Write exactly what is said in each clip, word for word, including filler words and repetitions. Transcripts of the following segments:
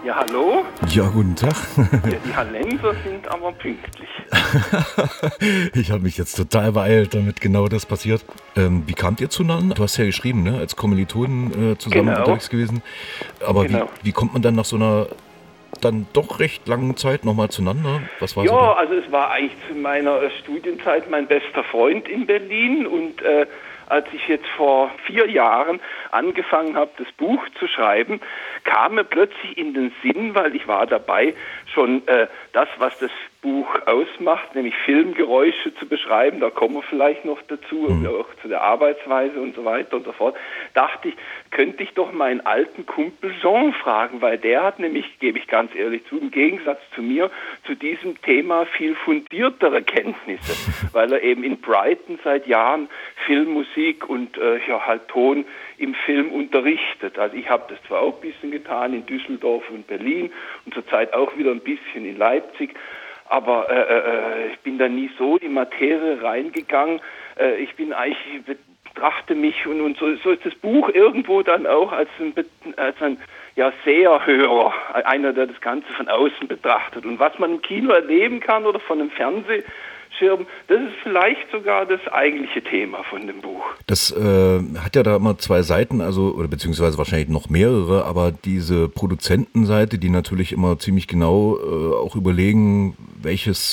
Ja, hallo? Ja, guten Tag. Ja, die Hallenser sind aber pünktlich. Ich habe mich jetzt total beeilt, damit genau das passiert. Ähm, wie kamt ihr zueinander? Du hast ja geschrieben, ne? Als Kommilitonen äh, zusammen Genau. unterwegs gewesen. Aber Genau. wie, wie kommt man dann nach so einer dann doch recht langen Zeit nochmal zueinander? Was war so Ja, da? also es war eigentlich zu meiner äh, Studienzeit mein bester Freund in Berlin und äh, als ich jetzt vor vier Jahren angefangen habe, das Buch zu schreiben, kam mir plötzlich in den Sinn, weil ich war dabei, schon äh, das, was das Buch ausmacht, nämlich Filmgeräusche zu beschreiben, da kommen wir vielleicht noch dazu, mhm. auch zu der Arbeitsweise und so weiter und so fort, dachte ich, könnte ich doch meinen alten Kumpel Jean fragen, weil der hat nämlich, gebe ich ganz ehrlich zu, im Gegensatz zu mir, zu diesem Thema viel fundiertere Kenntnisse, weil er eben in Brighton seit Jahren Filmmusik und äh, ja, halt Ton im Film unterrichtet. Also ich habe das zwar auch ein bisschen getan in Düsseldorf und Berlin und zurzeit auch wieder ein bisschen in Leipzig, aber äh, äh, ich bin da nie so in die Materie reingegangen. Äh, ich bin eigentlich, betrachte mich und, und so, so ist das Buch irgendwo dann auch als ein, als ein ja, Seherhörer, einer, der das Ganze von außen betrachtet. Und was man im Kino erleben kann oder von einem Fernsehschirm, das ist vielleicht sogar das eigentliche Thema von dem Buch. Das äh, hat ja da immer zwei Seiten, also oder beziehungsweise wahrscheinlich noch mehrere, aber diese Produzentenseite, die natürlich immer ziemlich genau äh, auch überlegen, welches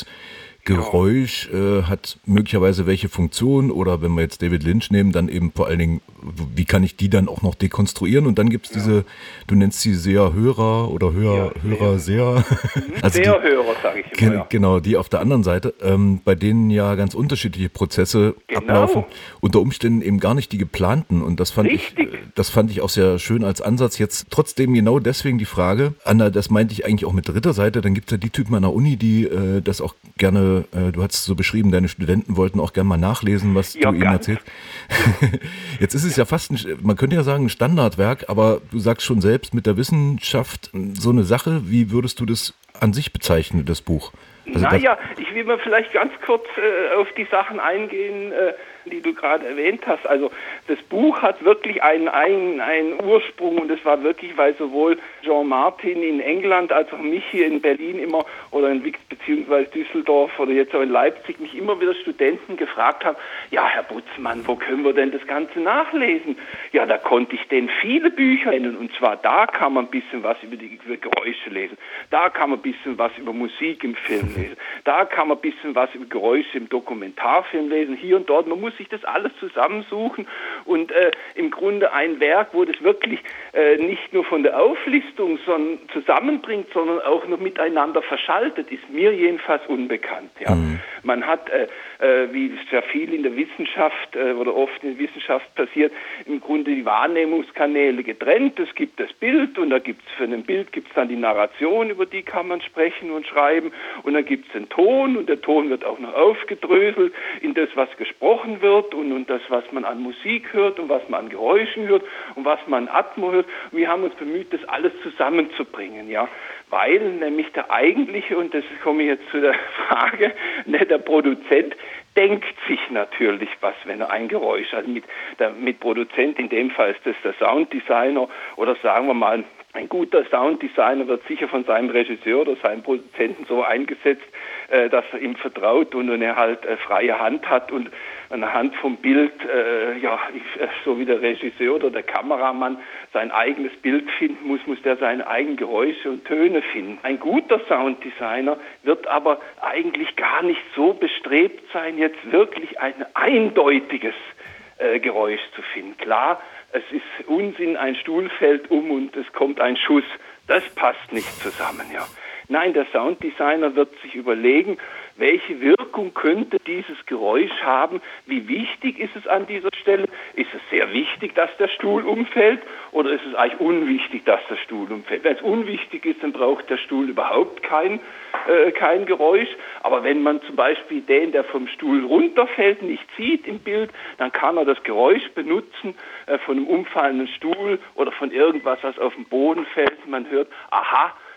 Geräusch äh, hat möglicherweise welche Funktion, oder wenn wir jetzt David Lynch nehmen, dann eben vor allen Dingen, wie kann ich die dann auch noch dekonstruieren, und dann gibt es ja. diese, du nennst sie Seher-Hörer oder Hörer, ja, Hörer, Seher. Also Seher-Hörer, sage ich immer. Ge- ja. Genau, die auf der anderen Seite, ähm, bei denen ja ganz unterschiedliche Prozesse genau. ablaufen, unter Umständen eben gar nicht die geplanten, und das fand Richtig. ich, das fand ich auch sehr schön als Ansatz. Jetzt trotzdem genau deswegen die Frage, Anna, das meinte ich eigentlich auch mit dritter Seite, dann gibt es ja die Typen an der Uni, die äh, das auch gerne, du hast es so beschrieben, deine Studenten wollten auch gerne mal nachlesen, was ja, du ihnen erzählst. Jetzt ist es ja fast, ein, man könnte ja sagen, ein Standardwerk, aber du sagst schon selbst, mit der Wissenschaft so eine Sache. Wie würdest du das an sich bezeichnen, das Buch? Also naja, ich will mal vielleicht ganz kurz äh, auf die Sachen eingehen, äh, die du gerade erwähnt hast. Also das Buch hat wirklich einen, einen, einen Ursprung, und das war wirklich, weil sowohl Jean Martin in England als auch mich hier in Berlin immer, oder in beziehungsweise Düsseldorf oder jetzt auch in Leipzig, mich immer wieder Studenten gefragt haben, ja, Herr Butzmann, wo können wir denn das Ganze nachlesen? Ja, da konnte ich denen viele Bücher nennen, und zwar da kann man ein bisschen was über die über Geräusche lesen, da kann man ein bisschen was über Musik im Film lesen, da kann man ein bisschen was über Geräusche im Dokumentarfilm lesen, hier und dort. Man muss sich das alles zusammensuchen, und äh, im Grunde ein Werk, wo das wirklich äh, nicht nur von der Auflistung sondern zusammenbringt, sondern auch noch miteinander verschaltet, ist mir jedenfalls unbekannt. Ja. Mhm. Man hat, äh, äh, wie es ja viel in der Wissenschaft äh, oder oft in der Wissenschaft passiert, im Grunde die Wahrnehmungskanäle getrennt. Es gibt das Bild, und da gibt es für ein Bild gibt es dann die Narration, über die kann man sprechen und schreiben, und dann gibt es den Ton, und der Ton wird auch noch aufgedröselt in das, was gesprochen wird, und, und das, was man an Musik hört und was man an Geräuschen hört und was man an Atmo hört. Und wir haben uns bemüht, das alles zusammenzubringen, ja, weil nämlich der eigentliche, und das komme ich jetzt zu der Frage, ne, der Produzent denkt sich natürlich was, wenn er ein Geräusch hat. Mit, der, mit Produzent, in dem Fall ist das der Sounddesigner, oder sagen wir mal, ein guter Sounddesigner wird sicher von seinem Regisseur oder seinem Produzenten so eingesetzt, äh, dass er ihm vertraut und, und er halt äh, freie Hand hat, und anhand vom Bild, äh, ja, ich, äh, so wie der Regisseur oder der Kameramann sein eigenes Bild finden muss, muss der seine eigenen Geräusche und Töne finden. Ein guter Sounddesigner wird aber eigentlich gar nicht so bestrebt sein, jetzt wirklich ein eindeutiges äh, Geräusch zu finden. Klar, es ist Unsinn, ein Stuhl fällt um und es kommt ein Schuss. Das passt nicht zusammen, ja. Nein, der Sounddesigner wird sich überlegen, welche Wirkung könnte dieses Geräusch haben? Wie wichtig ist es an dieser Stelle? Ist es sehr wichtig, dass der Stuhl umfällt, oder ist es eigentlich unwichtig, dass der Stuhl umfällt? Wenn es unwichtig ist, dann braucht der Stuhl überhaupt kein, äh, kein Geräusch. Aber wenn man zum Beispiel den, der vom Stuhl runterfällt, nicht sieht im Bild, dann kann er das Geräusch benutzen äh, von einem umfallenden Stuhl oder von irgendwas, was auf den Boden fällt. Man hört, aha,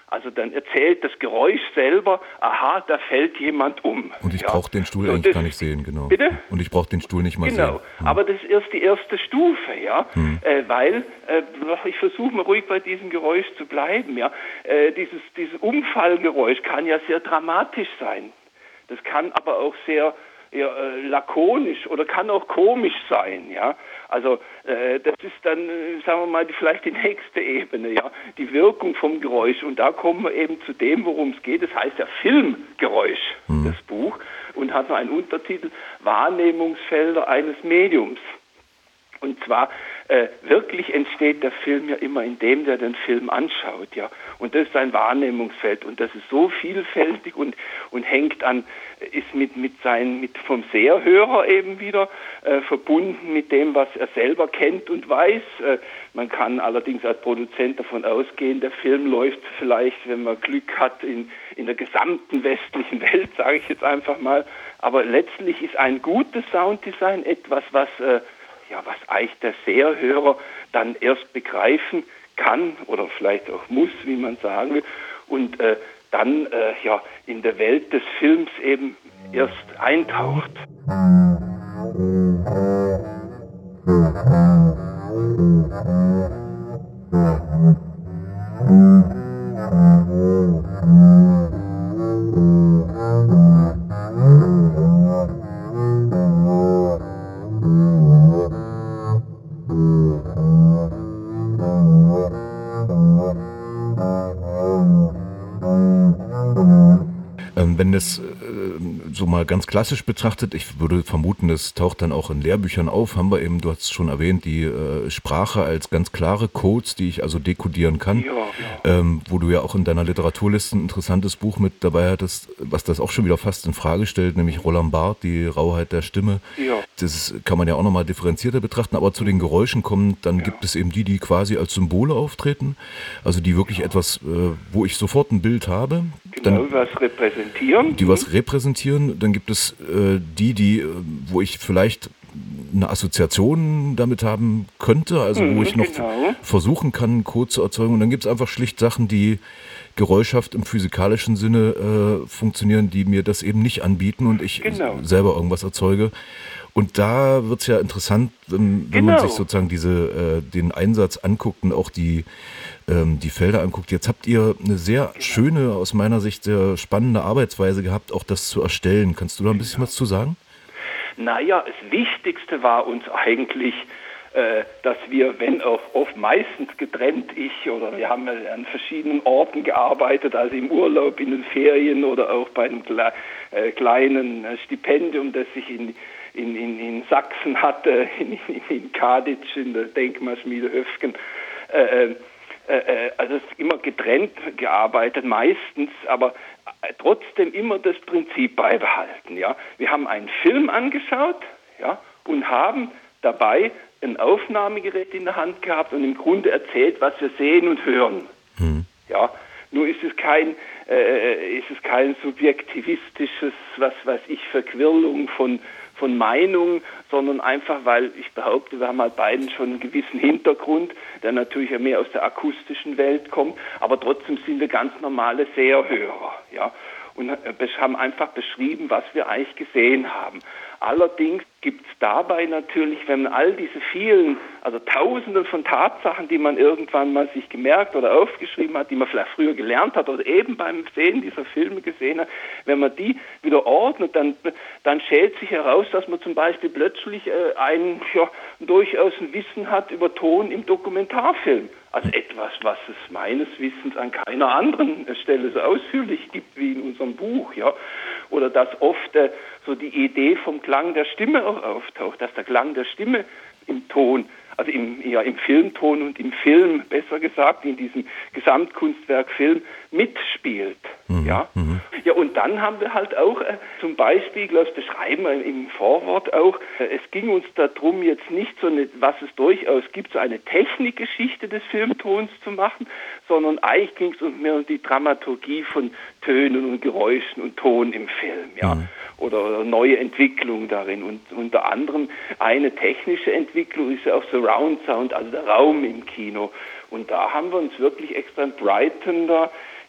Also dann erzählt das Geräusch selber, aha, da fällt jemand um. Und ich ja. brauche den Stuhl so, eigentlich gar nicht sehen, genau. Bitte? Und ich brauche den Stuhl nicht mal genau. sehen. Genau, hm. aber das ist erst die erste Stufe, ja, hm. äh, weil, äh, ich versuche mal ruhig bei diesem Geräusch zu bleiben, ja, äh, dieses, dieses Umfallgeräusch kann ja sehr dramatisch sein. Das kann aber auch sehr ja, äh, lakonisch oder kann auch komisch sein, ja. Also äh, das ist dann, äh, sagen wir mal, die, vielleicht die nächste Ebene, ja, die Wirkung vom Geräusch. Und da kommen wir eben zu dem, worum es geht. Das heißt ja Filmgeräusch, mhm. das Buch, und hat noch einen Untertitel Wahrnehmungsfelder eines Mediums. Und zwar äh, wirklich entsteht der Film ja immer in dem, der den Film anschaut, ja. Und das ist ein Wahrnehmungsfeld und das ist so vielfältig und und hängt an, ist mit mit seinen mit vom Seherhörer eben wieder äh, verbunden mit dem, was er selber kennt und weiß. Äh, man kann allerdings als Produzent davon ausgehen, der Film läuft vielleicht, wenn man Glück hat, in in der gesamten westlichen Welt, sage ich jetzt einfach mal. Aber letztlich ist ein gutes Sounddesign etwas, was äh, ja, was eigentlich der Seherhörer dann erst begreifen kann oder vielleicht auch muss, wie man sagen will, und äh, dann äh, ja in der Welt des Films eben erst eintaucht. Wenn das äh, so mal ganz klassisch betrachtet, ich würde vermuten, das taucht dann auch in Lehrbüchern auf, haben wir eben, du hast es schon erwähnt, die äh, Sprache als ganz klare Codes, die ich also dekodieren kann, ja, ja. Ähm, wo du ja auch in deiner Literaturliste ein interessantes Buch mit dabei hattest, was das auch schon wieder fast in Frage stellt, nämlich Roland Barthes, die Rauheit der Stimme. Ja. Das kann man ja auch nochmal differenzierter betrachten, aber zu den Geräuschen kommen, dann ja. gibt es eben die, die quasi als Symbole auftreten, also die wirklich ja. etwas, äh, wo ich sofort ein Bild habe. Genau, dann, was repräsentieren. Die was repräsentieren. Dann gibt es äh, die, die, wo ich vielleicht eine Assoziation damit haben könnte, also mhm, wo ich noch genau. versuchen kann, einen Code zu erzeugen. Und dann gibt es einfach schlicht Sachen, die geräuschhaft im physikalischen Sinne äh, funktionieren, die mir das eben nicht anbieten und ich genau. selber irgendwas erzeuge. Und da wird es ja interessant, wenn, wenn genau. man sich sozusagen diese, äh, den Einsatz anguckt und auch die, ähm, die Felder anguckt. Jetzt habt ihr eine sehr genau. schöne, aus meiner Sicht sehr spannende Arbeitsweise gehabt, auch das zu erstellen. Kannst du da ein bisschen genau. was zu sagen? Naja, das Wichtigste war uns eigentlich, äh, dass wir, wenn auch oft meistens getrennt, ich oder wir haben ja an verschiedenen Orten gearbeitet, also im Urlaub, in den Ferien oder auch bei einem kle- äh, kleinen Stipendium, das ich in In, in, in Sachsen hatte, in, in, in Kaditsch, in der Denkmalschmiede Höfgen. Äh, äh, also es ist immer getrennt gearbeitet, meistens, aber trotzdem immer das Prinzip beibehalten. Ja? Wir haben einen Film angeschaut, ja, und haben dabei ein Aufnahmegerät in der Hand gehabt und im Grunde erzählt, was wir sehen und hören. Hm. Ja? Nur ist es kein, äh, ist es kein subjektivistisches, was weiß ich, Verquirlung von von Meinung, sondern einfach, weil ich behaupte, wir haben halt beiden schon einen gewissen Hintergrund, der natürlich mehr aus der akustischen Welt kommt, aber trotzdem sind wir ganz normale Seherhörer, ja, und haben einfach beschrieben, was wir eigentlich gesehen haben. Allerdings gibt es dabei natürlich, wenn man all diese vielen, also Tausenden von Tatsachen, die man irgendwann mal sich gemerkt oder aufgeschrieben hat, die man vielleicht früher gelernt hat oder eben beim Sehen dieser Filme gesehen hat, wenn man die wieder ordnet, dann, dann schält sich heraus, dass man zum Beispiel plötzlich äh, ein, ja, durchaus ein Wissen hat über Ton im Dokumentarfilm. Also etwas, was es meines Wissens an keiner anderen Stelle so ausführlich gibt wie in unserem Buch, ja. Oder dass oft äh, so die Idee vom Klang der Stimme auch auftaucht, dass der Klang der Stimme im Ton, also im, ja, im Filmton und im Film, besser gesagt, in diesem Gesamtkunstwerk Film mitspielt. Mhm. Ja? Mhm. Ja, und dann haben wir halt auch äh, zum Beispiel, das beschreiben wir im Vorwort auch, äh, es ging uns darum, jetzt nicht so eine, was es durchaus gibt, so eine Technikgeschichte des Filmtons zu machen, sondern eigentlich ging es uns mehr um die Dramaturgie von Tönen und Geräuschen und Ton im Film, ja. Mhm. Oder, oder neue Entwicklungen darin. Und unter anderem eine technische Entwicklung ist ja auch Surround Sound, also der Raum im Kino. Und da haben wir uns wirklich extra in Brighton da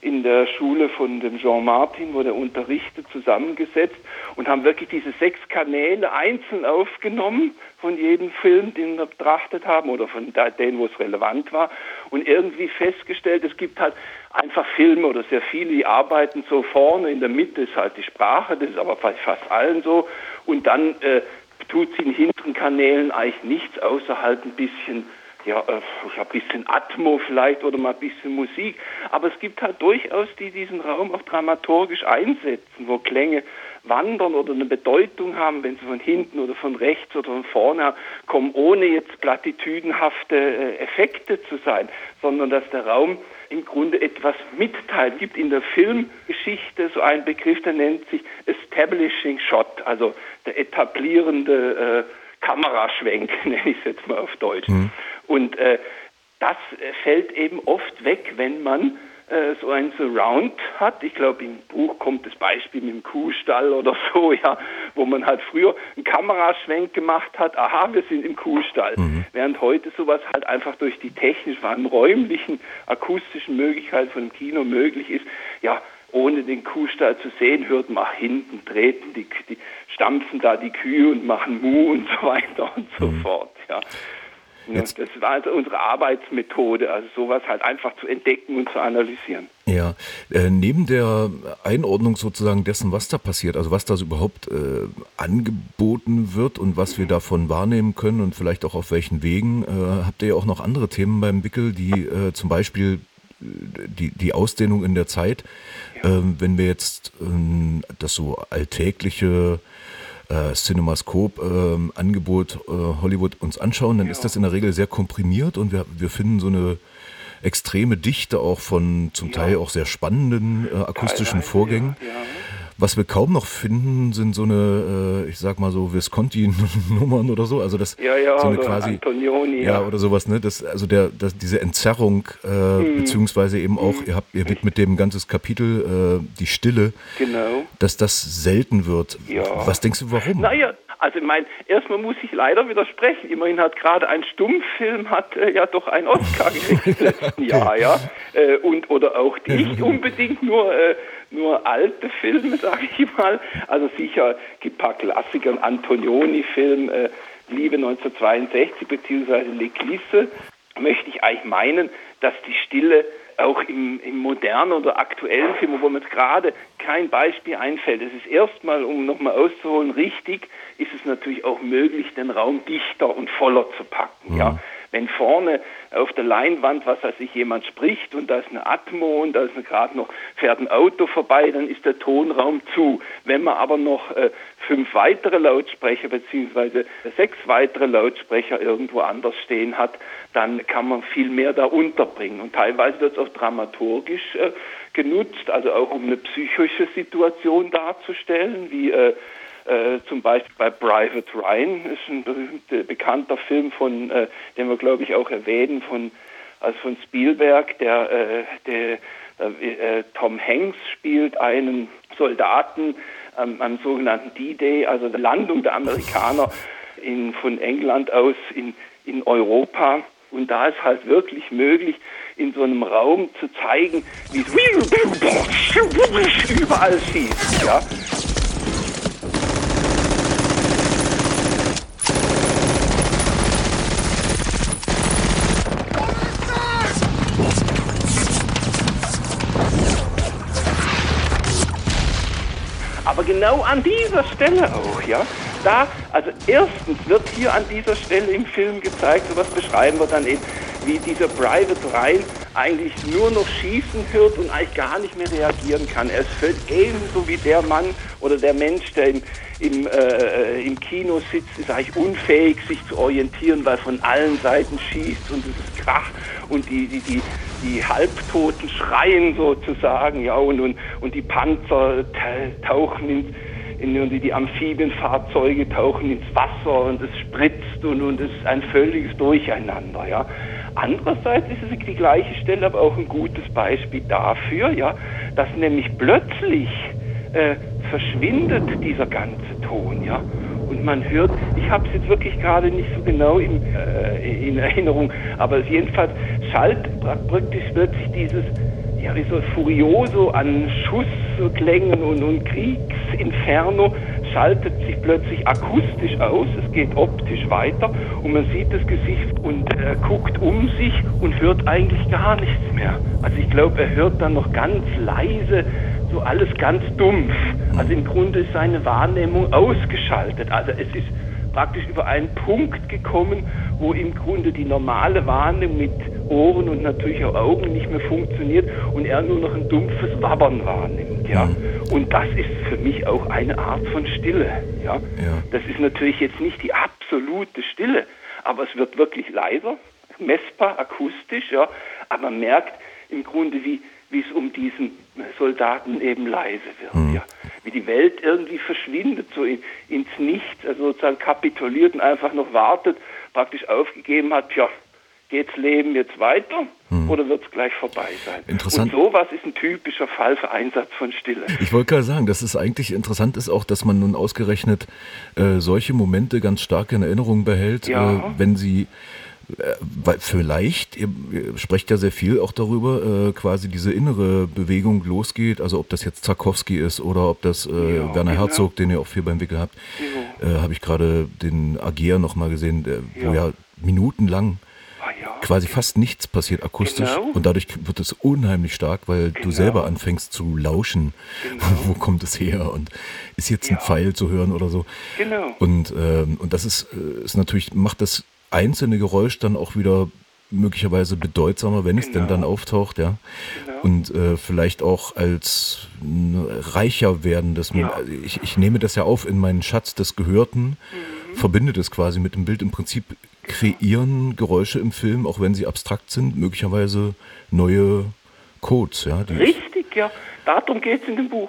in der Schule von dem Jean Martin, wo der unterrichtet, zusammengesetzt und haben wirklich diese sechs Kanäle einzeln aufgenommen von jedem Film, den wir betrachtet haben oder von denen, wo es relevant war und irgendwie festgestellt, es gibt halt einfach Filme oder sehr viele, die arbeiten so vorne, in der Mitte ist halt die Sprache, das ist aber bei fast allen so und dann äh, tut sie in hinteren Kanälen eigentlich nichts, außer halt ein bisschen ja, ich habe ein bisschen Atmo vielleicht oder mal ein bisschen Musik, aber es gibt halt durchaus die, die diesen Raum auch dramaturgisch einsetzen, wo Klänge wandern oder eine Bedeutung haben, wenn sie von hinten oder von rechts oder von vorne kommen, ohne jetzt platitüdenhafte äh, Effekte zu sein, sondern dass der Raum im Grunde etwas mitteilt. Es gibt in der Filmgeschichte so einen Begriff, der nennt sich Establishing Shot, also der etablierende äh, Kameraschwenk, nenne ich es jetzt mal auf Deutsch. Mhm. Und äh, das fällt eben oft weg, wenn man äh, so ein Surround hat. Ich glaube, im Buch kommt das Beispiel mit dem Kuhstall oder so, ja, wo man halt früher einen Kameraschwenk gemacht hat, aha, wir sind im Kuhstall. Mhm. Während heute sowas halt einfach durch die technisch, vor allem räumlichen, akustischen Möglichkeiten von dem Kino möglich ist, ja, ohne den Kuhstall zu sehen, hört man nach hinten, treten, die, die stampfen da die Kühe und machen Mu und so weiter und so mhm. fort. Ja. Jetzt. Das war also unsere Arbeitsmethode, also sowas halt einfach zu entdecken und zu analysieren. Ja, äh, neben der Einordnung sozusagen dessen, was da passiert, also was da so überhaupt äh, angeboten wird und was wir davon wahrnehmen können und vielleicht auch auf welchen Wegen, äh, habt ihr ja auch noch andere Themen beim Wickel, die äh, zum Beispiel die, die Ausdehnung in der Zeit, ja. ähm, wenn wir jetzt ähm, das so alltägliche äh, Cinemascope-Angebot äh, äh, Hollywood uns anschauen, dann ja. ist das in der Regel sehr komprimiert und wir, wir finden so eine extreme Dichte auch von zum ja. Teil auch sehr spannenden äh, akustischen Teilweise, Vorgängen. Ja, ja. Was wir kaum noch finden, sind so eine, äh, ich sag mal so Visconti-Nummern oder so, also das ja, ja, so eine oder quasi Antonioni, ja, ja oder sowas, ne? Das also der, das, diese Entzerrung äh, hm. beziehungsweise eben auch, hm. ihr habt ihr mit dem ganzes Kapitel äh, die Stille, genau, dass das selten wird. Ja. Was denkst du, warum? Naja, also ich meine, erstmal muss ich leider widersprechen. Immerhin hat gerade ein Stummfilm hat äh, ja doch einen Oscar gekriegt im letzten Jahr, ja. Äh, und oder auch nicht unbedingt nur äh, nur alte Filme, sage ich mal. Also sicher gibt ein paar Klassiker, ein Antonioni-Film, äh, Liebe neunzehnhundertzweiundsechzig beziehungsweise L'Eclisse, möchte ich eigentlich meinen, dass die Stille auch im, im modernen oder aktuellen Film, wo mir jetzt gerade kein Beispiel einfällt. Es ist erstmal, um nochmal auszuholen, richtig, ist es natürlich auch möglich, den Raum dichter und voller zu packen. Mhm. Ja? Wenn vorne auf der Leinwand, was weiß ich, jemand spricht und da ist eine Atmo und da ist gerade noch, fährt ein Auto vorbei, dann ist der Tonraum zu. Wenn man aber noch äh, fünf weitere Lautsprecher beziehungsweise sechs weitere Lautsprecher irgendwo anders stehen hat, dann kann man viel mehr da unterbringen. Und teilweise wird es auch dramaturgisch äh, genutzt, also auch um eine psychische Situation darzustellen, wie äh, Äh, zum Beispiel bei Private Ryan, ist ein berühmter, bekannter Film, von, äh, den wir, glaube ich, auch erwähnen, von, also von Spielberg, der, äh, der äh, Tom Hanks spielt einen Soldaten ähm, am sogenannten D-Day, also der Landung der Amerikaner in, von England aus in, in Europa. Und da ist halt wirklich möglich, in so einem Raum zu zeigen, wie es überall schießt, ja. Aber genau an dieser Stelle auch, ja, da, also erstens wird hier an dieser Stelle im Film gezeigt, sowas beschreiben wir dann eben, wie dieser Private Ryan eigentlich nur noch schießen hört und eigentlich gar nicht mehr reagieren kann. Er ist völlig ebenso wie der Mann oder der Mensch, der im, im, äh, im Kino sitzt, ist eigentlich unfähig, sich zu orientieren, weil von allen Seiten schießt und es ist Krach und die, die, die, die Halbtoten schreien sozusagen, ja, und, und, und die Panzer tauchen ins, in, und die Amphibienfahrzeuge tauchen ins Wasser und es spritzt und, und es ist ein völliges Durcheinander, ja. Andererseits ist es die gleiche Stelle, aber auch ein gutes Beispiel dafür, ja, dass nämlich plötzlich äh, verschwindet dieser ganze Ton, ja, und man hört, ich habe es jetzt wirklich gerade nicht so genau im, äh, in Erinnerung, aber jedenfalls schallt praktisch plötzlich dieses, ja, wie so Furioso an Schussklängen und, und Kriegsinferno schaltet sich plötzlich akustisch aus, es geht optisch weiter und man sieht das Gesicht und äh, guckt um sich und hört eigentlich gar nichts mehr. Also ich glaube, er hört dann noch ganz leise, so alles ganz dumpf. Also im Grunde ist seine Wahrnehmung ausgeschaltet. Also es ist praktisch über einen Punkt gekommen, wo im Grunde die normale Wahrnehmung mit Ohren und natürlich auch Augen nicht mehr funktioniert und er nur noch ein dumpfes Wabbern wahrnimmt. Ja. Und das ist für mich auch eine Art von Stille. Ja. Ja. Das ist natürlich jetzt nicht die absolute Stille, aber es wird wirklich leiser, messbar, akustisch, ja. Aber man merkt im Grunde, wie wie es um diesen Soldaten eben leise wird, mhm. ja. Wie die Welt irgendwie verschwindet, so in, ins Nichts, also sozusagen kapituliert und einfach noch wartet, praktisch aufgegeben hat, ja, geht's Leben jetzt weiter mhm. oder wird's gleich vorbei sein? Interessant. Und sowas ist ein typischer Fall für Einsatz von Stille. Ich wollte gerade sagen, dass es eigentlich interessant ist auch, dass man nun ausgerechnet äh, solche Momente ganz stark in Erinnerung behält, ja. äh, wenn sie weil vielleicht, ihr, ihr sprecht ja sehr viel auch darüber, äh, quasi diese innere Bewegung losgeht, also ob das jetzt Tarkowski ist oder ob das äh, ja, Werner genau. Herzog, den ihr auch viel beim Wickel habt, ja. äh, habe ich gerade den Ager nochmal gesehen, der, ja. wo ja minutenlang ah, ja. quasi fast nichts passiert akustisch genau. und dadurch wird es unheimlich stark, weil genau. du selber anfängst zu lauschen, genau. wo kommt es her und ist jetzt ja. ein Pfeil zu hören oder so. Genau. Und, ähm, und das ist, ist natürlich, macht das einzelne Geräusch dann auch wieder möglicherweise bedeutsamer, wenn genau. es denn dann auftaucht, ja. Genau. Und äh, vielleicht auch als äh, reicher werdendes. Ja. Ich, ich nehme das ja auf in meinen Schatz des Gehörten, mhm. verbinde das quasi mit dem Bild. Im Prinzip kreieren Geräusche im Film, auch wenn sie abstrakt sind, möglicherweise neue Codes, ja. Richtig, ja. Darum geht es in dem Buch.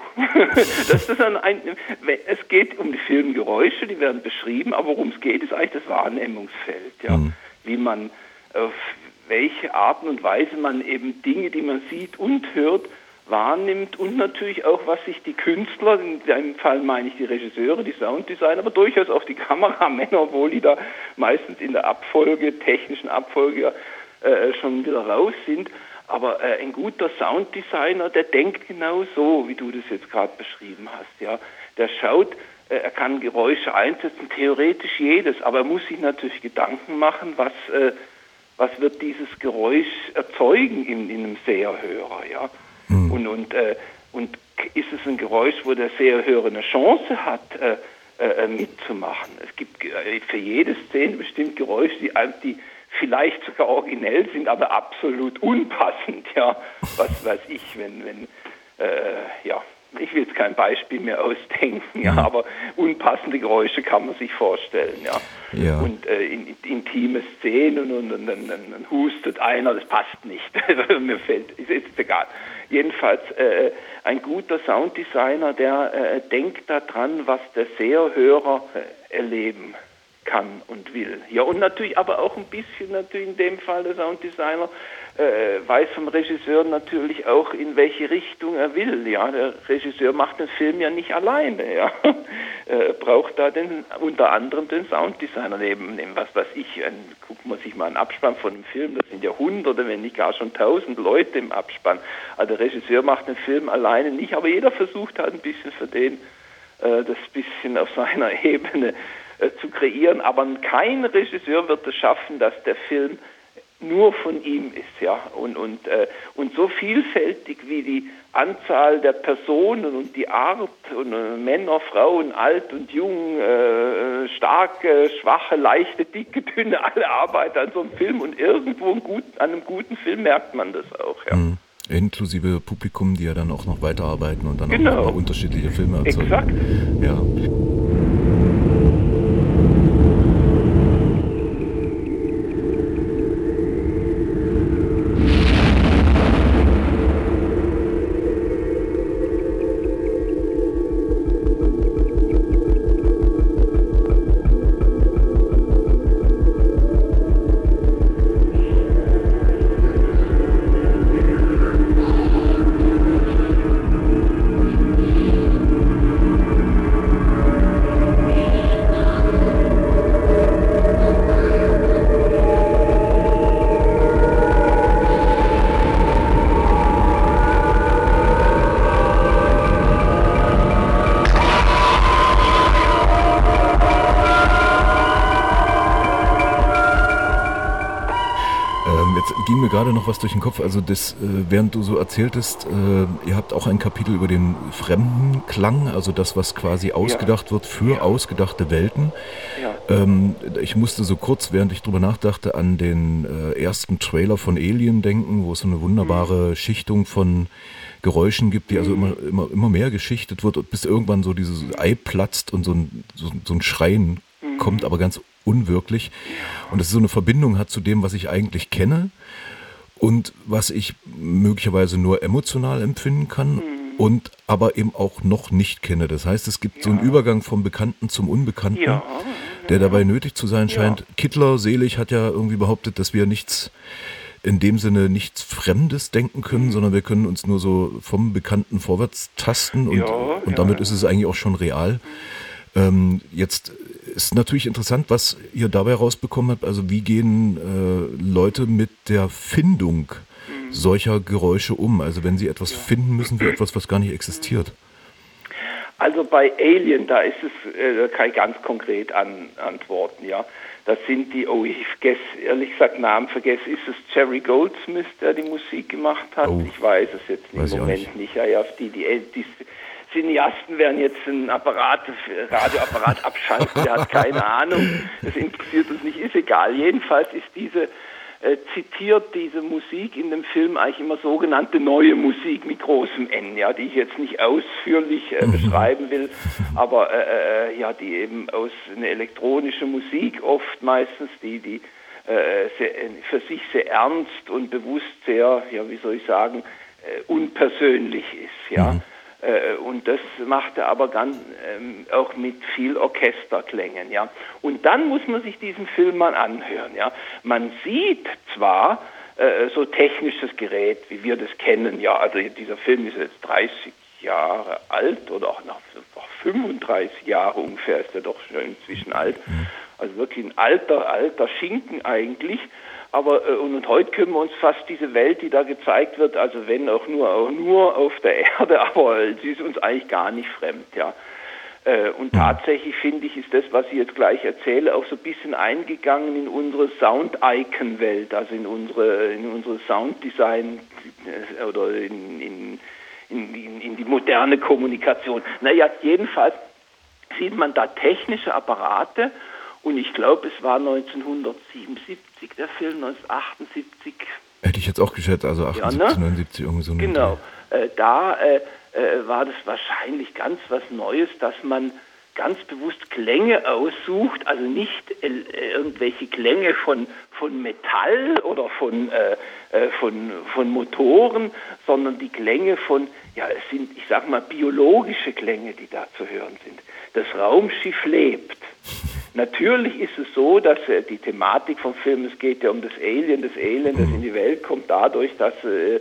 Das ist ein, ein, es geht um die Filmgeräusche, die werden beschrieben, aber worum es geht, ist eigentlich das Wahrnehmungsfeld. Ja? Mhm. Wie man, auf welche Arten und Weise man eben Dinge, die man sieht und hört, wahrnimmt und natürlich auch, was sich die Künstler, in dem Fall meine ich die Regisseure, die Sounddesigner, aber durchaus auch die Kameramänner, obwohl die da meistens in der Abfolge, technischen Abfolge äh, schon wieder raus sind. Aber äh, ein guter Sounddesigner, der denkt genau so, wie du das jetzt gerade beschrieben hast. Ja, der schaut, äh, er kann Geräusche einsetzen, theoretisch jedes, aber er muss sich natürlich Gedanken machen, was äh, was wird dieses Geräusch erzeugen in, in einem Seherhörer. Ja, mhm. und und äh, und ist es ein Geräusch, wo der Seherhörer eine Chance hat, äh, äh, mitzumachen? Es gibt äh, für jede Szene bestimmt Geräusche, die die vielleicht sogar originell sind, aber absolut unpassend, ja, was weiß ich, wenn, wenn, äh, ja, ich will jetzt kein Beispiel mehr ausdenken, ja, aber unpassende Geräusche kann man sich vorstellen, ja, ja. Und äh, in, in, intime Szenen und, und, und, dann hustet einer, das passt nicht, also mir fällt, ist jetzt egal. Jedenfalls äh, ein guter Sounddesigner, der äh, denkt daran, was der Seherhörer äh, erleben kann und will. Ja, und natürlich aber auch ein bisschen natürlich in dem Fall der Sounddesigner äh, weiß vom Regisseur natürlich auch, in welche Richtung er will. Ja, der Regisseur macht den Film ja nicht alleine. Ja, äh, braucht da den, unter anderem den Sounddesigner neben dem, was weiß ich, ein, guckt man sich mal einen Abspann von einem Film, das sind ja Hunderte, wenn nicht gar schon tausend Leute im Abspann. Also der Regisseur macht den Film alleine nicht, aber jeder versucht halt ein bisschen für den äh, das bisschen auf seiner Ebene zu kreieren, aber kein Regisseur wird es schaffen, dass der Film nur von ihm ist, ja, und und äh, und so vielfältig wie die Anzahl der Personen und die Art und äh, Männer, Frauen, alt und jung, äh, starke, schwache, leichte, dicke, dünne, alle arbeiten an so einem Film und irgendwo gut, an einem guten Film merkt man das auch, ja. Mhm. Inklusive Publikum, die ja dann auch noch weiterarbeiten und dann genau. auch noch unterschiedliche Filme erzeugen. Exakt. Ja. Jetzt ging mir gerade noch was durch den Kopf. Also das, äh, während du so erzähltest, äh, ihr habt auch ein Kapitel über den fremden Klang, also das, was quasi ausgedacht ja. wird für ja. ausgedachte Welten. Ja. Ähm, ich musste so kurz, während ich drüber nachdachte, an den äh, ersten Trailer von Alien denken, wo es so eine wunderbare mhm. Schichtung von Geräuschen gibt, die also immer, immer, immer mehr geschichtet wird, bis irgendwann so dieses Ei platzt und so ein, so, so ein Schreien mhm. kommt, aber ganz unwirklich. Und es so eine Verbindung hat zu dem, was ich eigentlich kenne und was ich möglicherweise nur emotional empfinden kann mhm. und aber eben auch noch nicht kenne. Das heißt, es gibt ja. so einen Übergang vom Bekannten zum Unbekannten, ja. der dabei nötig zu sein scheint. Ja. Kittler, selig, hat ja irgendwie behauptet, dass wir nichts, in dem Sinne nichts Fremdes denken können, mhm. sondern wir können uns nur so vom Bekannten vorwärts tasten und, ja, und ja. damit ist es eigentlich auch schon real. Ähm, jetzt ist natürlich interessant, was ihr dabei rausbekommen habt. Also wie gehen äh, Leute mit der Findung mhm. solcher Geräusche um? Also wenn sie etwas ja. finden müssen für etwas, was gar nicht existiert. Also bei Alien, da ist es, äh, da kann ich ganz konkret an, antworten, ja. Das sind die, oh, ich vergesse, ehrlich gesagt, Namen vergesse, ist es Jerry Goldsmith, der die Musik gemacht hat? Oh, ich weiß es jetzt im Moment nicht. nicht. Ja, ja, die, die, die Cineasten werden jetzt einen Apparat, Radioapparat abschalten, der hat keine Ahnung, das interessiert uns nicht, ist egal. Jedenfalls ist diese, äh, zitiert diese Musik in dem Film eigentlich immer sogenannte neue Musik mit großem N, ja, die ich jetzt nicht ausführlich äh, beschreiben will, aber äh, äh, ja, die eben aus eine elektronische Musik oft meistens, die, die äh, sehr, für sich sehr ernst und bewusst sehr, ja, wie soll ich sagen, äh, unpersönlich ist, ja. Mhm. Und das macht er aber ganz, ähm, auch mit viel Orchesterklängen, ja. Und dann muss man sich diesen Film mal anhören, ja. Man sieht zwar äh, so technisches Gerät, wie wir das kennen, ja. Also dieser Film ist jetzt dreißig Jahre alt oder auch noch fünfunddreißig Jahre ungefähr ist er doch schon inzwischen alt. Also wirklich ein alter, alter Schinken eigentlich. Aber äh, und, und heute können wir uns fast diese Welt, die da gezeigt wird, also wenn auch nur, auch nur auf der Erde, aber sie ist uns eigentlich gar nicht fremd, ja. Äh, und tatsächlich finde ich, ist das, was ich jetzt gleich erzähle, auch so ein bisschen eingegangen in unsere Sound-Icon-Welt, also in unsere, in unsere Sounddesign äh, oder in, in, in, in die moderne Kommunikation. Naja, jedenfalls sieht man da technische Apparate. Und ich glaube, es war neunzehnhundertsiebenundsiebzig, der Film, neunzehnhundertachtundsiebzig. Hätte ich jetzt auch geschätzt, also achtundsiebzig, ja, ne? neunundsiebzig, irgendwie so. Genau, äh, da äh, äh, war das wahrscheinlich ganz was Neues, dass man ganz bewusst Klänge aussucht, also nicht äh, irgendwelche Klänge von, von Metall oder von, äh, äh, von, von Motoren, sondern die Klänge von, ja, es sind, ich sag mal, biologische Klänge, die da zu hören sind. Das Raumschiff lebt. Natürlich ist es so, dass äh, die Thematik vom Film, es geht ja um das Alien, das Alien, das in die Welt kommt, dadurch, dass äh,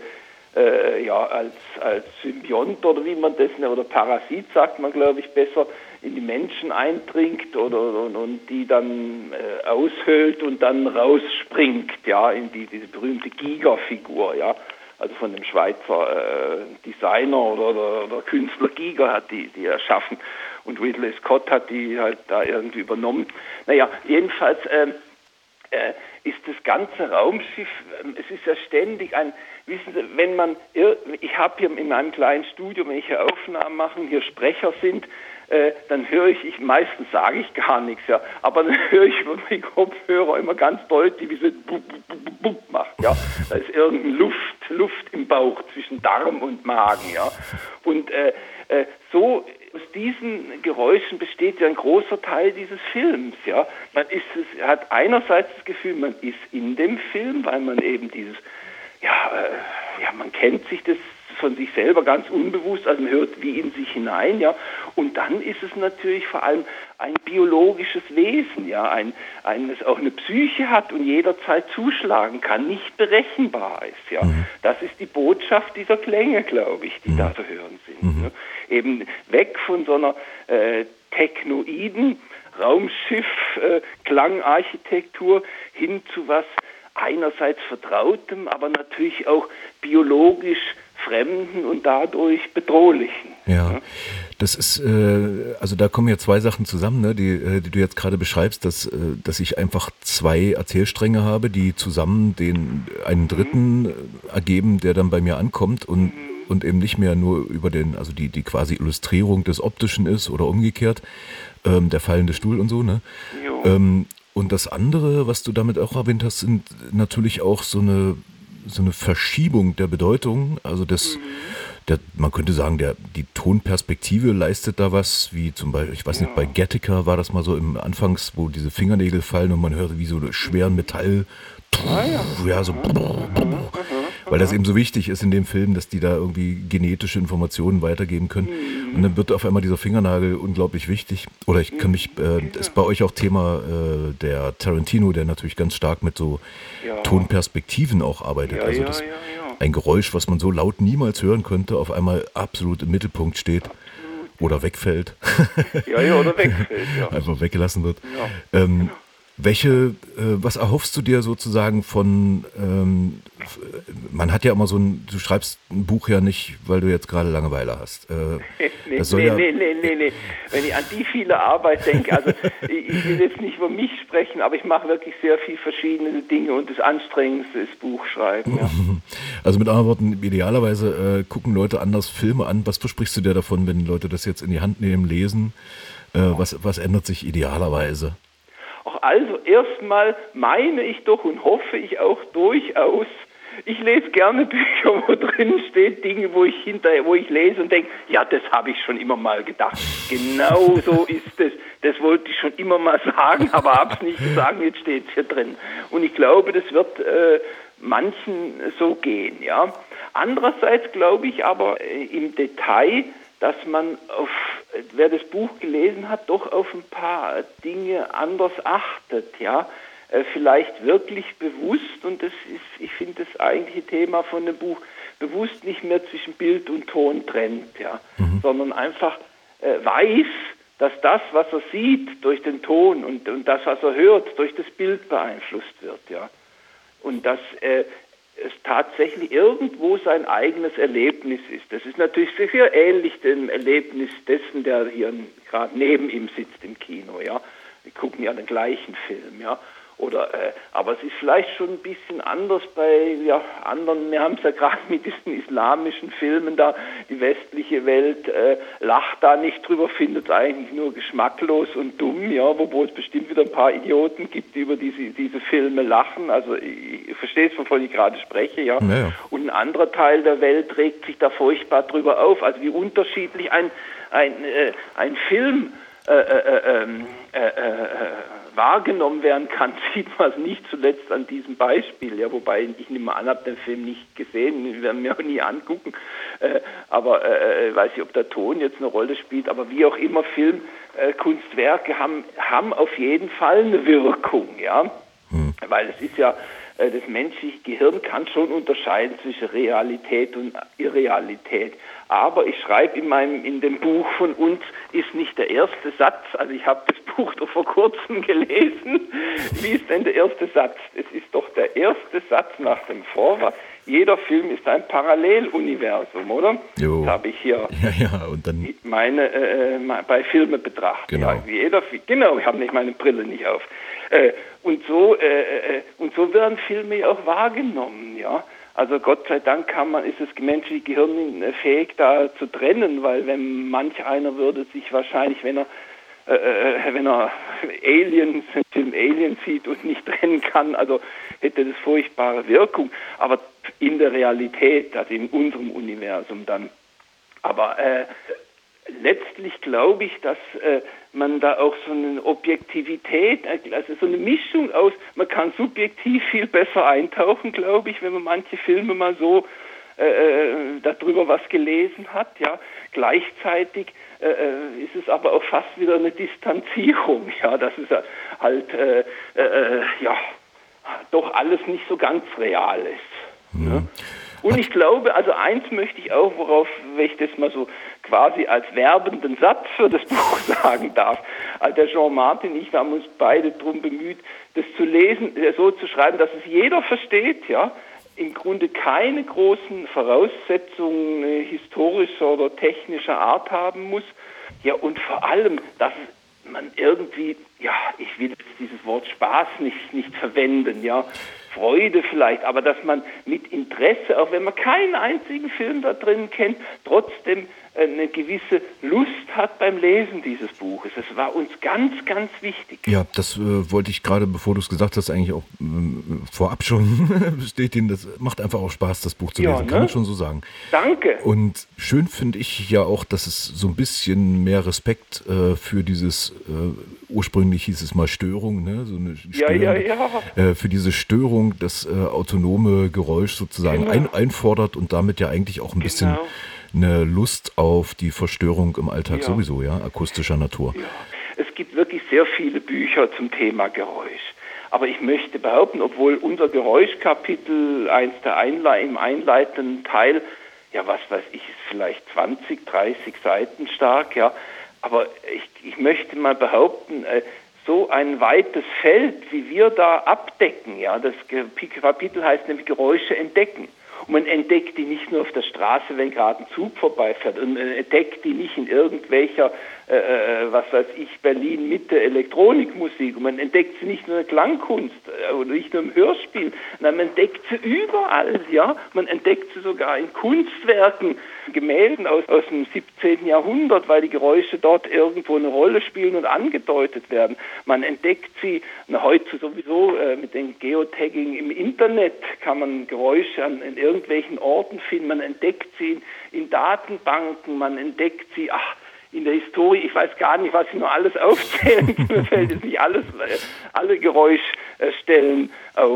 äh, ja als als Symbiont oder wie man das nennt, oder Parasit sagt man, glaube ich, besser, in die Menschen eindringt oder und, und die dann äh, aushöhlt und dann rausspringt, ja, in die diese berühmte Giger-Figur, ja. Also von dem Schweizer äh, Designer oder, oder, oder Künstler Giger hat die, die erschaffen und Ridley Scott hat die halt da irgendwie übernommen. Naja, jedenfalls ähm, äh, ist das ganze Raumschiff, äh, es ist ja ständig ein, wissen Sie, wenn man, ich habe hier in meinem kleinen Studio, wenn ich hier Aufnahmen mache, hier Sprecher sind, äh, dann höre ich, ich, meistens sage ich gar nichts, ja, aber dann höre ich über meinen Kopfhörer immer ganz deutlich, wie es bup, bup, bup, bup macht, ja. Da ist irgendeine Luft, Luft im Bauch zwischen Darm und Magen, ja. Und äh, äh, so aus diesen Geräuschen besteht ja ein großer Teil dieses Films, ja. Man ist es, hat einerseits das Gefühl, man ist in dem Film, weil man eben dieses, ja, äh, ja, man kennt sich das von sich selber ganz unbewusst, also man hört wie in sich hinein, ja. Und dann ist es natürlich vor allem ein biologisches Wesen, ja, ein, ein, das auch eine Psyche hat und jederzeit zuschlagen kann, nicht berechenbar ist, ja. Mhm. Das ist die Botschaft dieser Klänge, glaube ich, die mhm. da zu hören sind. Mhm. Ne? Eben weg von so einer äh, technoiden Raumschiff, äh, Klangarchitektur hin zu was einerseits Vertrautem, aber natürlich auch biologisch Fremden und dadurch Bedrohlichen. Ja, das ist, äh, also da kommen ja zwei Sachen zusammen, ne, die, äh, die du jetzt gerade beschreibst, dass, äh, dass ich einfach zwei Erzählstränge habe, die zusammen den einen dritten mhm. ergeben, der dann bei mir ankommt und, mhm. und eben nicht mehr nur über den, also die, die quasi Illustrierung des Optischen ist oder umgekehrt, ähm, der fallende Stuhl und so, ne? Ähm, und das andere, was du damit auch erwähnt hast, sind natürlich auch so eine, so eine Verschiebung der Bedeutung, also das mhm. Der, man könnte sagen, der, die Tonperspektive leistet da was, wie zum Beispiel, ich weiß ja. nicht, bei Gattaca war das mal so im Anfangs, wo diese Fingernägel fallen und man hört wie so schweren Metall, ah, ja. ja, so, weil das eben so wichtig ist in dem Film, dass die da irgendwie genetische Informationen weitergeben können. Mhm. Und dann wird auf einmal dieser Fingernagel unglaublich wichtig. Oder ich kann mich, äh, ist bei euch auch Thema äh, der Tarantino, der natürlich ganz stark mit so ja. Tonperspektiven auch arbeitet. Ja, also ja, das, ja, ja. ein Geräusch, was man so laut niemals hören könnte, auf einmal absolut im Mittelpunkt steht absolut, oder ja. wegfällt. Ja, ja, oder wegfällt, ja. Einfach weggelassen wird. Ja, ähm, genau. Welche, äh, was erhoffst du dir sozusagen von, ähm, man hat ja immer so ein, du schreibst ein Buch ja nicht, weil du jetzt gerade Langeweile hast. Äh, nee, das soll nee, ja nee, nee, nee, nee. Wenn ich an die viele Arbeit denke, also ich, ich will jetzt nicht über mich sprechen, aber ich mache wirklich sehr viel verschiedene Dinge und das Anstrengendste ist Buchschreiben. Ja. Also mit anderen Worten, idealerweise äh, gucken Leute anders Filme an. Was versprichst du dir davon, wenn Leute das jetzt in die Hand nehmen, lesen? Äh, was, was ändert sich idealerweise? Auch also erstmal meine ich doch und hoffe ich auch durchaus, ich lese gerne Bücher, wo drin steht Dinge, wo ich hinterher, wo ich lese und denke, ja, das habe ich schon immer mal gedacht. Genau so ist es. Das wollte ich schon immer mal sagen, aber habe es nicht gesagt, jetzt steht es hier drin. Und ich glaube, das wird äh, manchen so gehen, ja. Andererseits glaube ich aber äh, im Detail, dass man auf, wer das Buch gelesen hat, doch auf ein paar Dinge anders achtet, ja, äh, vielleicht wirklich bewusst, und das ist, ich finde das eigentliche Thema von dem Buch, bewusst nicht mehr zwischen Bild und Ton trennt, ja, mhm. sondern einfach äh, weiß, dass das, was er sieht, durch den Ton und, und das, was er hört, durch das Bild beeinflusst wird, ja, und dass äh, es tatsächlich irgendwo sein eigenes Erlebnis ist. Das ist natürlich sehr ähnlich dem Erlebnis dessen, der hier gerade neben ihm sitzt im Kino, ja. Wir gucken ja den gleichen Film, ja. Oder, äh, aber es ist vielleicht schon ein bisschen anders bei ja, anderen, wir haben es ja gerade mit diesen islamischen Filmen da, die westliche Welt äh, lacht da nicht drüber, findet es eigentlich nur geschmacklos und dumm, ja, wobei es bestimmt wieder ein paar Idioten gibt, die über diese, diese Filme lachen, also ich, ich verstehe es, wovon ich gerade spreche, ja. Naja. Und ein anderer Teil der Welt regt sich da furchtbar drüber auf, also wie unterschiedlich ein, ein, äh, ein Film äh, äh, äh, äh, äh, wahrgenommen werden kann, sieht man es nicht zuletzt an diesem Beispiel, ja, wobei ich nehme an, habe den Film nicht gesehen, wir werden mir auch nie angucken, äh, aber äh, weiß ich, ob der Ton jetzt eine Rolle spielt, aber wie auch immer, Filmkunstwerke äh, haben, haben auf jeden Fall eine Wirkung, ja, hm. weil es ist ja, äh, das menschliche Gehirn kann schon unterscheiden zwischen Realität und Irrealität. Aber ich schreibe in meinem, in dem Buch von uns, ist nicht der erste Satz, also ich habe das Buch doch vor kurzem gelesen. Wie ist denn der erste Satz? Es ist doch der erste Satz nach dem Vorwort. Jeder Film ist ein Paralleluniversum, oder? Jo. Das habe ich hier ja, ja, und dann meine, äh, bei Filme betrachtet. Genau. Ja, jeder, genau, ich habe nicht meine Brille nicht auf. Äh, und, so, äh, äh, und so werden Filme ja auch wahrgenommen, ja. Also Gott sei Dank kann man, ist das menschliche Gehirn fähig, da zu trennen, weil wenn manch einer würde sich wahrscheinlich, wenn er äh, wenn er Aliens, den Film Alien sieht und nicht trennen kann, also hätte das furchtbare Wirkung. Aber in der Realität, also in unserem Universum dann. Aber äh, letztlich glaube ich, dass äh, man da auch so eine Objektivität, also so eine Mischung aus, man kann subjektiv viel besser eintauchen, glaube ich, wenn man manche Filme mal so äh, darüber was gelesen hat, ja. Gleichzeitig äh, ist es aber auch fast wieder eine Distanzierung, ja, dass es halt äh, äh, ja doch alles nicht so ganz real ist. Mhm. Ne? Und ich glaube, also eins möchte ich auch, worauf, wenn ich das mal so quasi als werbenden Satz für das Buch sagen darf, Also der Jean Martin und ich, wir haben uns beide darum bemüht, das zu lesen, so zu schreiben, dass es jeder versteht, ja. Im Grunde keine großen Voraussetzungen äh, historischer oder technischer Art haben muss. Ja, und vor allem, dass man irgendwie, ja, ich will jetzt dieses Wort Spaß nicht, nicht verwenden, ja, Freude vielleicht, aber dass man mit Interesse, auch wenn man keinen einzigen Film da drin kennt, trotzdem eine gewisse Lust hat beim Lesen dieses Buches. Das war uns ganz, ganz wichtig. Ja, das äh, wollte ich gerade, bevor du es gesagt hast, eigentlich auch äh, vorab schon bestätigen. Das macht einfach auch Spaß, das Buch zu lesen, ja, ne? Kann man schon so sagen. Danke. Und schön finde ich ja auch, dass es so ein bisschen mehr Respekt äh, für dieses, äh, ursprünglich hieß es mal Störung, ne? So eine Störung, ja, ja, ja. Äh, für diese Störung, das äh, autonome Geräusch sozusagen genau. ein, einfordert und damit ja eigentlich auch ein bisschen genau. eine Lust auf die Verstörung im Alltag ja. sowieso, ja, akustischer Natur. Ja. Es gibt wirklich sehr viele Bücher zum Thema Geräusch. Aber ich möchte behaupten, obwohl unser Geräuschkapitel, eins der Einle- im einleitenden Teil, ja, was weiß ich, ist vielleicht zwanzig, dreißig Seiten stark, ja. Aber ich, ich möchte mal behaupten, äh, so ein weites Feld, wie wir da abdecken, ja, das Kapitel heißt nämlich Geräusche entdecken. Und man entdeckt die nicht nur auf der Straße, wenn gerade ein Zug vorbeifährt. Und man entdeckt die nicht in irgendwelcher, äh, was weiß ich, Berlin-Mitte Elektronikmusik. Und man entdeckt sie nicht nur in der Klangkunst äh, oder nicht nur im Hörspiel. Nein, man entdeckt sie überall, ja. Man entdeckt sie sogar in Kunstwerken, Gemälden aus, aus dem siebzehnten Jahrhundert, weil die Geräusche dort irgendwo eine Rolle spielen und angedeutet werden. Man entdeckt sie, na, heute sowieso äh, mit dem Geotagging im Internet kann man Geräusche an in irgendwelchen Orten finden. Man entdeckt sie in, in Datenbanken, man entdeckt sie, ach, in der Historie, ich weiß gar nicht, was ich nur alles aufzählen kann. Mir fällt jetzt nicht alles, alle Geräuschstellen auf.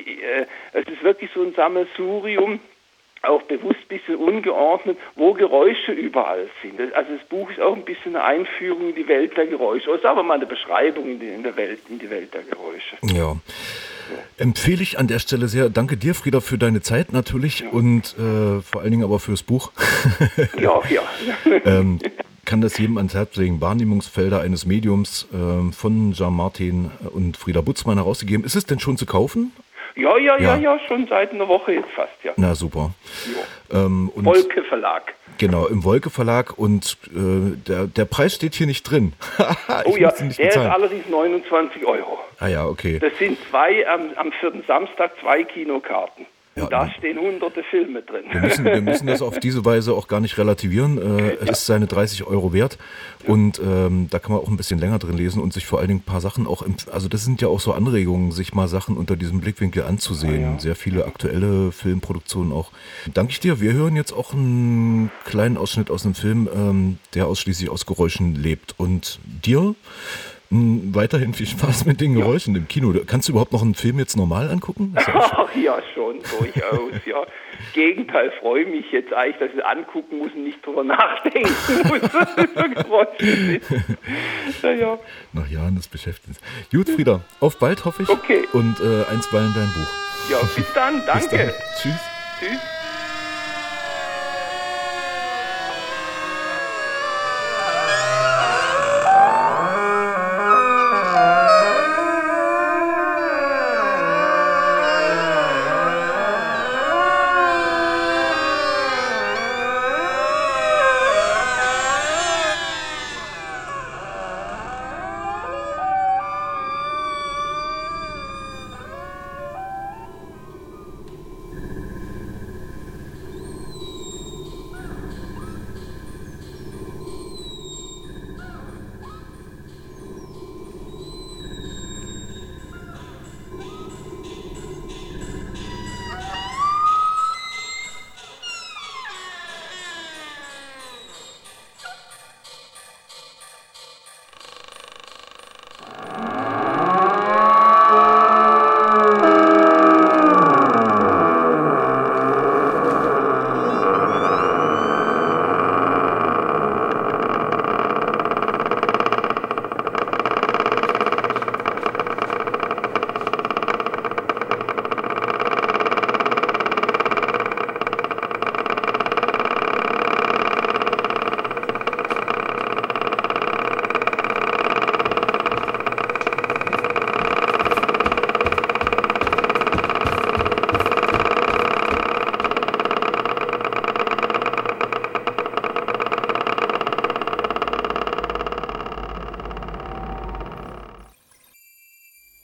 Es ist wirklich so ein Sammelsurium, auch bewusst ein bisschen ungeordnet, wo Geräusche überall sind. Also das Buch ist auch ein bisschen eine Einführung in die Welt der Geräusche. Es ist aber mal eine Beschreibung in die, in der Welt, in die Welt der Geräusche. Ja. Empfehle ich an der Stelle sehr. Danke dir, Frieder, für deine Zeit natürlich ja. und äh, vor allen Dingen aber fürs Buch. Ja, ja. ähm, kann das jedem ans Herz legen. Wahrnehmungsfelder eines Mediums äh, von Jean Martin und Frieder Butzmann herausgegeben. Ist es denn schon zu kaufen? Ja, ja, ja, ja, ja, schon seit einer Woche jetzt fast, ja. Na, super. Ähm, und Wolke Verlag. Genau, im Wolke Verlag und äh, der, der Preis steht hier nicht drin. Oh ja, der bezahlen. Ist allerdings neunundzwanzig Euro. Ah ja, okay. Das sind zwei, am, am vierten Samstag zwei Kinokarten. Ja, und da stehen hunderte Filme drin. Wir müssen, wir müssen das auf diese Weise auch gar nicht relativieren. Äh, es ja. ist seine dreißig Euro wert ja. und ähm, da kann man auch ein bisschen länger drin lesen und sich vor allen Dingen ein paar Sachen auch, im, also das sind ja auch so Anregungen, sich mal Sachen unter diesem Blickwinkel anzusehen. Ja, ja. Sehr viele aktuelle Filmproduktionen auch. Danke ich dir. Wir hören jetzt auch einen kleinen Ausschnitt aus einem Film, ähm, der ausschließlich aus Geräuschen lebt. Und dir weiterhin viel Spaß mit den Geräuschen ja. im Kino. Kannst du überhaupt noch einen Film jetzt normal angucken? Ach ja, schon, durchaus, ja. Gegenteil, freue mich jetzt eigentlich, dass ich es angucken muss und nicht drüber nachdenken muss, was das für Geräusche sind. Naja. Nach Jahren des Beschäftigens. Gut, Frieder, auf bald, hoffe ich. Okay. Und äh, einstweilen dein Buch. Ja, bis dann, danke. Bis dann. Tschüss. Tschüss.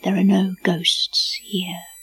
There are no ghosts here.